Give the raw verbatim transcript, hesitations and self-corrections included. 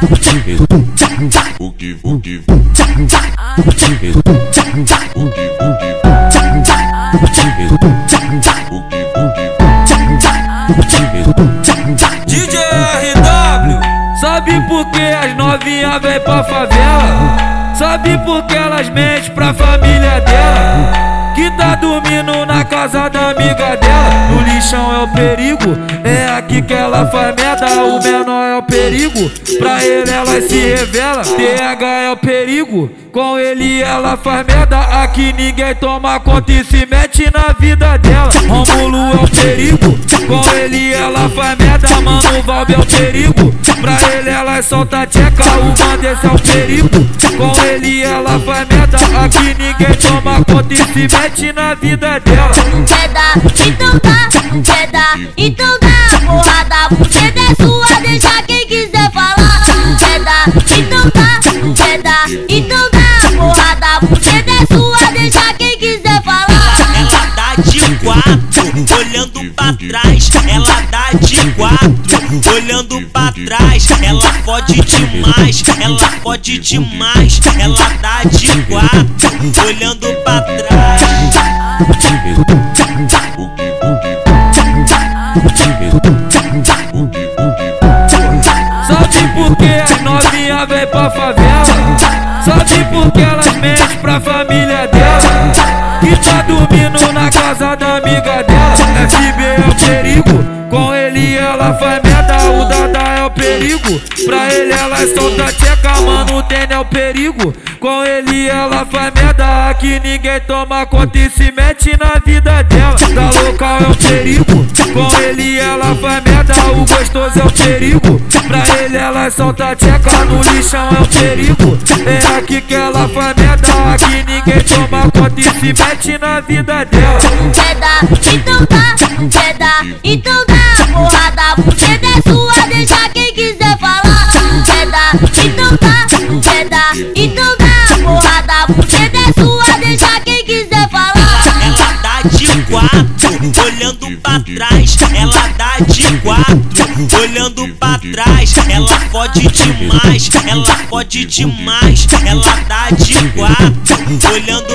O que, o que, o que, D J R W. Sabe por que as novinha vem pra favela? Sabe por que elas mentem pra família dela? Que tá dormindo na casa da amiga dela. No lixão é o perigo, é aqui que ela faz merda. O menor é o perigo, pra ele ela se revela. T H é o perigo, com ele ela faz merda. Aqui ninguém toma conta e se mete na vida dela. Rômulo é o perigo, com ele ela faz merda. Mano Valbe é o perigo, pra ele ela solta a tcheca. O Vandes é o perigo, com ele ela faz merda. Aqui ninguém toma conta e se mete na vida dela. Quer dar, então dá, quer dar, então dá. Porrada, você é sua, deixa quem quiser falar. Quer dar, então dá, quer dar, então dá. Porrada, você é sua, deixa quem quiser falar. Ela dá de quatro, olhando pra trás. Ela dá de quatro, olhando pra trás. Ela fode demais, ela fode demais. Ela dá de quatro, olhando pra trás. Sabe por que as novinha vem pra favela? Sabe por que elas mentem pra família dela? Que tá dormindo na casa da amiga dela. F B é o perigo, com ele ela faz merda. O Dada é o perigo, pra ele ela solta a tcheca. Mano Tênis é o perigo, com ele ela faz merda. Aqui ninguém toma conta e se mete na vida dela. Da local é o perigo, com ele ela faz merda. O gostoso é o perigo, pra ele ela solta a tcheca. No lixão é o perigo, é aqui que ela faz merda. Aqui ninguém toma conta e se mete na vida dela. Quer dar, então dá, quer dar, então dá. Porrada, você é sua, deixa quem quiser falar. Quer dar, então dá, quer dar, então dá. Porrada, você é sua, deixa quem quiser falar. Ela dá de quatro, olhando pra trás. Ela dá de quatro, olhando pra trás. Ela fode demais, ela fode demais. Ela dá de quatro, olhando